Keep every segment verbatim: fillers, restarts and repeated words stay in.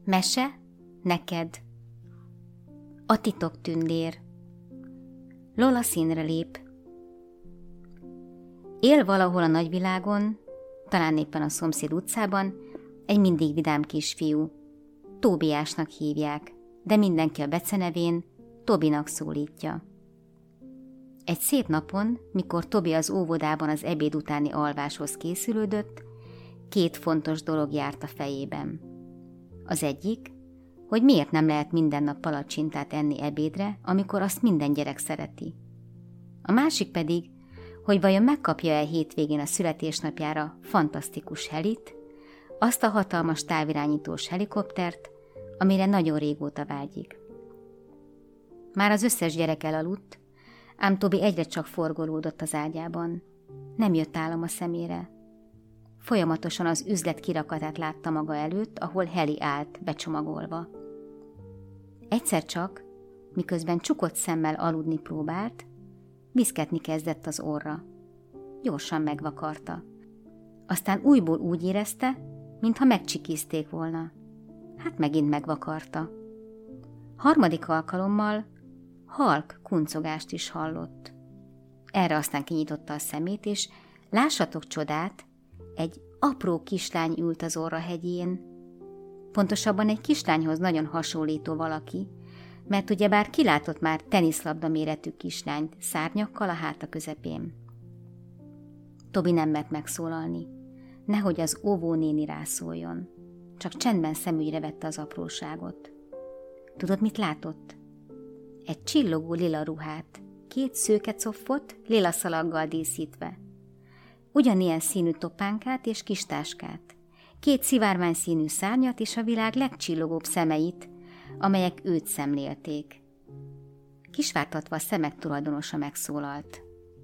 Mese neked. A titok tündér. Lola színre lép. Él valahol a nagyvilágon, talán éppen a szomszéd utcában, egy mindig vidám kisfiú. Tóbiásnak hívják, de mindenki a becenevén Tobinak szólítja. Egy szép napon, mikor Tobi az óvodában az ebéd utáni alváshoz készülődött, két fontos dolog járt a fejében. Az egyik, hogy miért nem lehet minden nap palacsintát enni ebédre, amikor azt minden gyerek szereti. A másik pedig, hogy vajon megkapja-e hétvégén a születésnapjára fantasztikus helit, azt a hatalmas távirányítós helikoptert, amire nagyon régóta vágyik. Már az összes gyerek elaludt, ám Tobi egyre csak forgolódott az ágyában. Nem jött álom a szemére. Folyamatosan az üzlet kirakatát látta maga előtt, ahol heli állt becsomagolva. Egyszer csak, miközben csukott szemmel aludni próbált, viszketni kezdett az orra. Gyorsan megvakarta. Aztán újból úgy érezte, mintha megcsikizték volna. Hát megint megvakarta. Harmadik alkalommal halk kuncogást is hallott. Erre aztán kinyitotta a szemét, és lássatok csodát, egy apró kislány ült az orrahegyén. Pontosabban egy kislányhoz nagyon hasonlító valaki, mert ugyebár kilátott már teniszlabda méretű kislányt szárnyakkal a háta közepén. Tobi nem mert megszólalni, nehogy az óvónéni rászóljon. Csak csendben szemügyre vette az apróságot. Tudod, mit látott? Egy csillogó lila ruhát, két szőke coffot lila szalaggal díszítve. Ugyanilyen színű topánkát és kis táskát, két szivárvány színű szárnyat és a világ legcsillogóbb szemeit, amelyek őt szemlélték. Kisvártatva a szemek tulajdonosa megszólalt.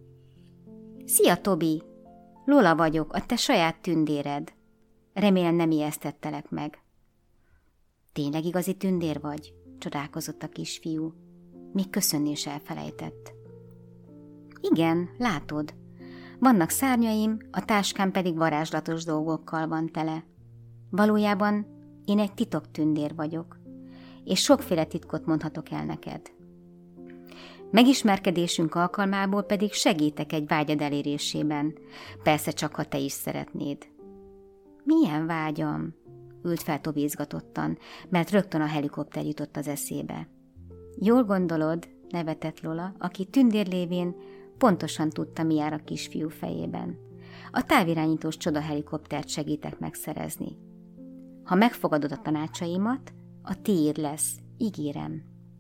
Szia, Tobi! Lola vagyok, a te saját tündéred. Remélem nem ijesztettelek meg. Tényleg igazi tündér vagy? Csodálkozott a kisfiú. Még köszönni is elfelejtett. Igen, látod. Vannak szárnyaim, a táskám pedig varázslatos dolgokkal van tele. Valójában én egy titoktündér vagyok, és sokféle titkot mondhatok el neked. Megismerkedésünk alkalmából pedig segítek egy vágyad elérésében, persze csak, ha te is szeretnéd. Milyen vágyam? Ült fel Tobi izgatottan, mert rögtön a helikopter jutott az eszébe. Jól gondolod, nevetett Lola, aki tündér lévén pontosan tudta, mi jár a kisfiú fejében. A távirányítós csodahelikoptert segítek megszerezni. Ha megfogadod a tanácsaimat, a tiéd lesz, ígérem.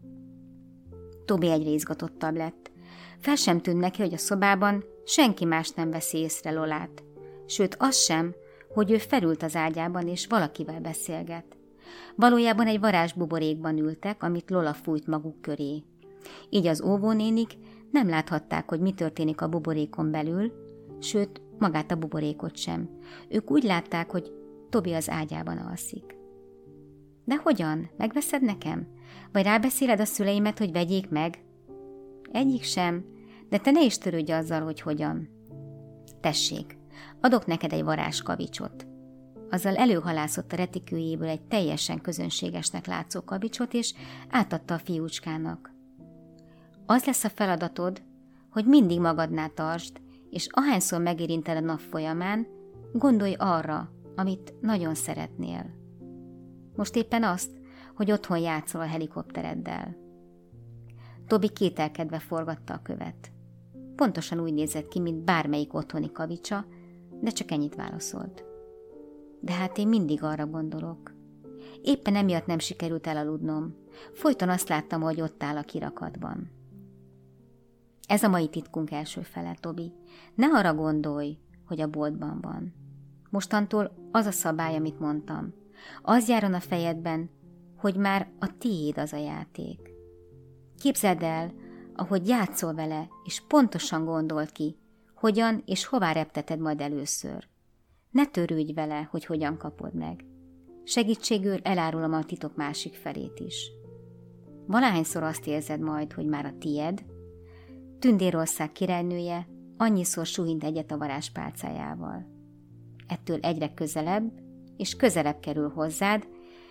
Tobi egyre izgatottabb lett. Fel sem tűnt neki, hogy a szobában senki más nem veszi észre Lolát, sőt az sem, hogy ő felült az ágyában és valakivel beszélget. Valójában egy varázsbuborékban ültek, amit Lola fújt maguk köré. Így az óvónénik nem láthatták, hogy mi történik a buborékon belül, sőt, magát a buborékot sem. Ők úgy látták, hogy Tobi az ágyában alszik. De hogyan? Megveszed nekem? Vagy rábeszéled a szüleimet, hogy vegyék meg? Egyik sem, de te ne is törődj azzal, hogy hogyan. Tessék, adok neked egy varázskavicsot. Azzal előhalászott a retikőjéből egy teljesen közönségesnek látszó kavicsot, és átadta a fiúcskának. Az lesz a feladatod, hogy mindig magadnál tartsd, és ahányszor megérinted a nap folyamán, gondolj arra, amit nagyon szeretnél. Most éppen azt, hogy otthon játszol a helikoptereddel. Tobi kételkedve forgatta a követ. Pontosan úgy nézett ki, mint bármelyik otthoni kavicsa, de csak ennyit válaszolt. De hát én mindig arra gondolok. Éppen emiatt nem sikerült elaludnom. Folyton azt láttam, hogy ott áll a kirakatban. Ez a mai titkunk első fele, Tobi. Ne arra gondolj, hogy a boltban van. Mostantól az a szabály, amit mondtam. Az járon a fejedben, hogy már a tiéd az a játék. Képzeld el, ahogy játszol vele, és pontosan gondold ki, hogyan és hová repteted majd először. Ne törődj vele, hogy hogyan kapod meg. Segítségül elárulom a titok másik felét is. Valahányszor azt érzed majd, hogy már a tied, Tündérország királynője annyiszor suhint egyet a varázspálcájával. Ettől egyre közelebb és közelebb kerül hozzád,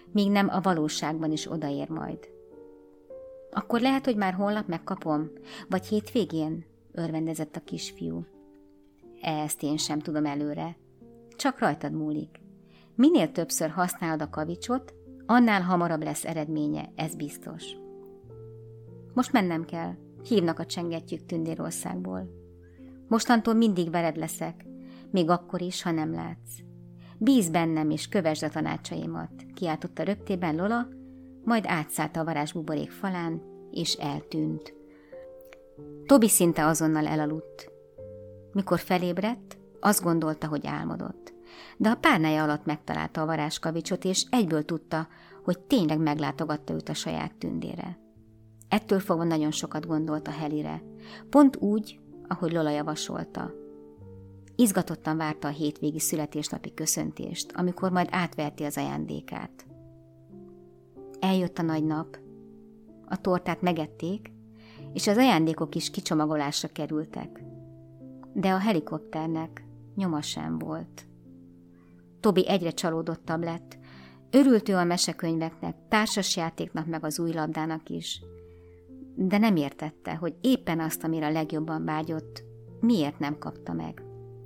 míg nem a valóságban is odaér majd. Akkor lehet, hogy már holnap megkapom, vagy hétvégén? Örvendezett a kisfiú. Ezt én sem tudom előre. Csak rajtad múlik. Minél többször használod a kavicsot, annál hamarabb lesz eredménye, ez biztos. Most mennem kell. Hívnak a csengettyűk Tündérországból. Mostantól mindig veled leszek, még akkor is, ha nem látsz. Bíz bennem és kövesd a tanácsaimat, kiáltotta röptében Lola, majd átszállt a varázsbuborék falán, és eltűnt. Tobi szinte azonnal elaludt. Mikor felébredt, azt gondolta, hogy álmodott. De a párnája alatt megtalálta a varázskavicsot, és egyből tudta, hogy tényleg meglátogatta őt a saját tündére. Ettől fogva nagyon sokat gondolt a Helire, pont úgy, ahogy Lola javasolta. Izgatottan várta a hétvégi születésnapi köszöntést, amikor majd átveheti az ajándékát. Eljött a nagy nap, a tortát megették, és az ajándékok is kicsomagolásra kerültek. De a helikopternek nyoma sem volt. Tobi egyre csalódottabb lett. Örült ő a mesekönyveknek, társasjátéknak meg az új labdának is. De nem értette, hogy éppen azt, amire a legjobban vágyott, miért nem kapta meg.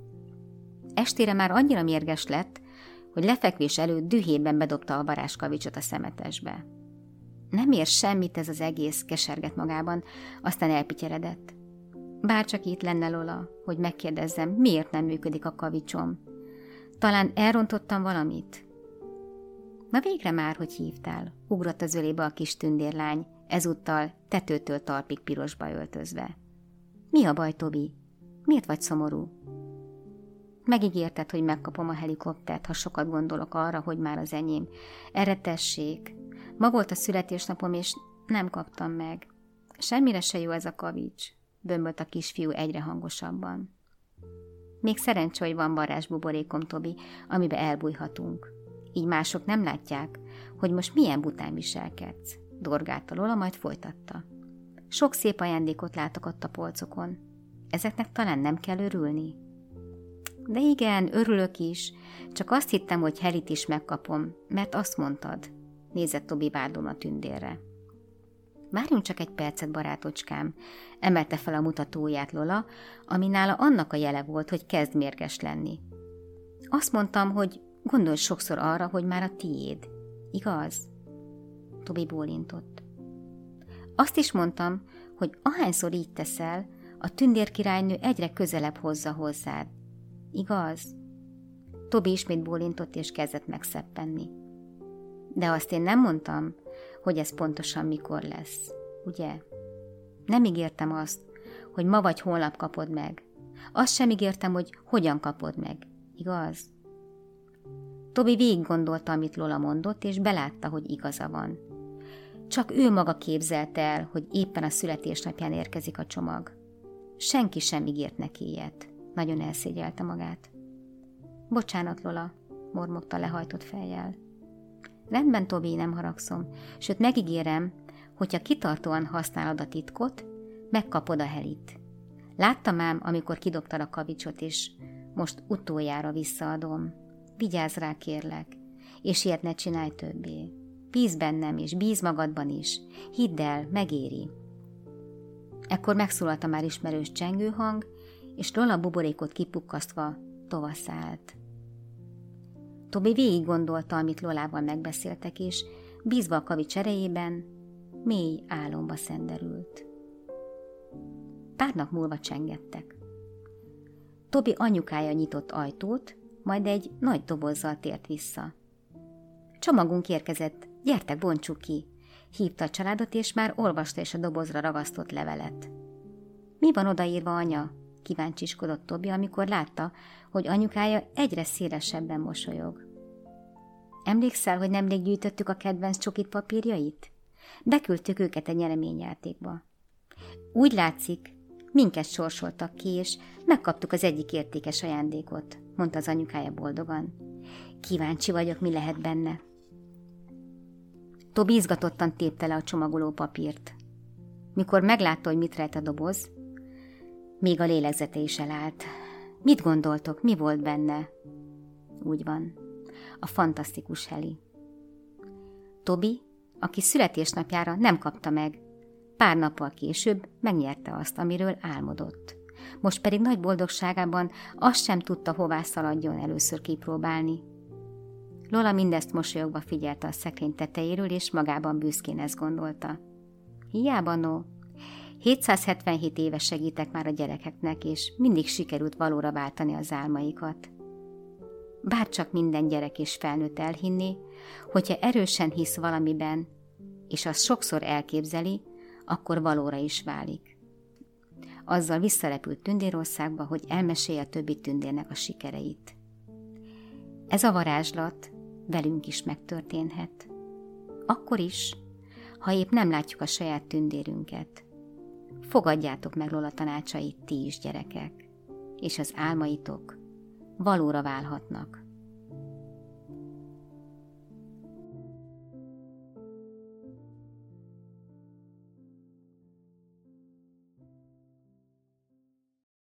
Estére már annyira mérges lett, hogy lefekvés előtt dühében bedobta a varázskavicsot a szemetesbe. Nem ér semmit ez az egész, kesergett magában, aztán elpityeredett. Bárcsak itt lenne Lola, hogy megkérdezzem, miért nem működik a kavicsom. Talán elrontottam valamit? Na végre már, hogy hívtál, ugrott az ölébe a kis tündérlány, ezúttal tetőtől talpig pirosba öltözve. Mi a baj, Tobi? Miért vagy szomorú? Megígérted, hogy megkapom a helikoptert, ha sokat gondolok arra, hogy már az enyém. Erre tessék. Ma volt a születésnapom, és nem kaptam meg. Semmire se jó ez a kavics, bömbölt a kisfiú egyre hangosabban. Még szerencsé, hogy van varázsbuborékom, Tobi, amibe elbújhatunk. Így mások nem látják, hogy most milyen bután viselkedsz. Dorgálta Lola, majd folytatta. Sok szép ajándékot látok ott a polcokon. Ezeknek talán nem kell örülni? De igen, örülök is. Csak azt hittem, hogy Helit is megkapom, mert azt mondtad. Nézett Tobi vádlón a tündérre. Várjunk csak egy percet, barátocskám, emelte fel a mutatóját Lola, ami nála annak a jele volt, hogy kezd mérges lenni. Azt mondtam, hogy gondolj sokszor arra, hogy már a tiéd. Igaz? Tobi bólintott. Azt is mondtam, hogy ahányszor így teszel, a tündérkirálynő egyre közelebb hozza hozzád. Igaz? Tobi ismét bólintott és kezdett megszeppenni. De azt én nem mondtam, hogy ez pontosan mikor lesz, ugye? Nem ígértem azt, hogy ma vagy holnap kapod meg. Azt sem ígértem, hogy hogyan kapod meg, igaz? Tobi végig gondolta, amit Lola mondott, és belátta, hogy igaza van. Csak ő maga képzelte el, hogy éppen a születésnapján érkezik a csomag. Senki sem ígért neki ilyet. Nagyon elszégyelte magát. Bocsánat, Lola, mormogta lehajtott fejjel. Rendben, Tobi, nem haragszom, sőt megígérem, hogyha kitartóan használod a titkot, megkapod a Helit. Láttam ám, amikor kidobtad a kavicsot, és most utoljára visszaadom. Vigyázz rá, kérlek, és ilyet ne csinálj többé. Bíz bennem, és bíz magadban is. Hidd el, megéri. Ekkor megszólalt a már ismerős csengőhang, és Lola buborékot kipukkasztva tovaszállt. Tobi végig gondolta, amit Lolával megbeszéltek, és bízva a kavics erejében mély álomba szenderült. Pár nap múlva csengettek. Tobi anyukája nyitott ajtót, majd egy nagy dobozzal tért vissza. Csomagunk érkezett, gyertek, bontsuk ki, hívta a családot, és már olvasta is a dobozra ragasztott levelet. Mi van odaírva, anya? Kíváncsiskodott Tobi, amikor látta, hogy anyukája egyre szélesebben mosolyog. Emlékszel, hogy nemrég gyűjtöttük a kedvenc csokit papírjait? Beküldtük őket egy nyereményjátékba. Úgy látszik, minket sorsoltak ki, és megkaptuk az egyik értékes ajándékot, mondta az anyukája boldogan. Kíváncsi vagyok, mi lehet benne. Tobi izgatottan tépte le a csomagoló papírt. Mikor meglátta, hogy mit rejt a doboz, még a lélegzete is elállt. Mit gondoltok, mi volt benne? Úgy van, a fantasztikus Heli. Tobi, aki születésnapjára nem kapta meg, pár nappal később megnyerte azt, amiről álmodott. Most pedig nagy boldogságában azt sem tudta, hová szaladjon először kipróbálni. Lola mindezt mosolyogva figyelte a szekrény tetejéről, és magában büszkén ezt gondolta. Hiába no, hétszázhetvenhét éve segítek már a gyerekeknek, és mindig sikerült valóra váltani az álmaikat. Bárcsak minden gyerek és felnőtt elhinni, hogyha erősen hisz valamiben, és azt sokszor elképzeli, akkor valóra is válik. Azzal visszarepült Tündérországba, hogy elmesélje a többi tündérnek a sikereit. Ez a varázslat velünk is megtörténhet. Akkor is, ha épp nem látjuk a saját tündérünket. Fogadjátok meg Lola tanácsait ti is, gyerekek, és az álmaitok valóra válhatnak.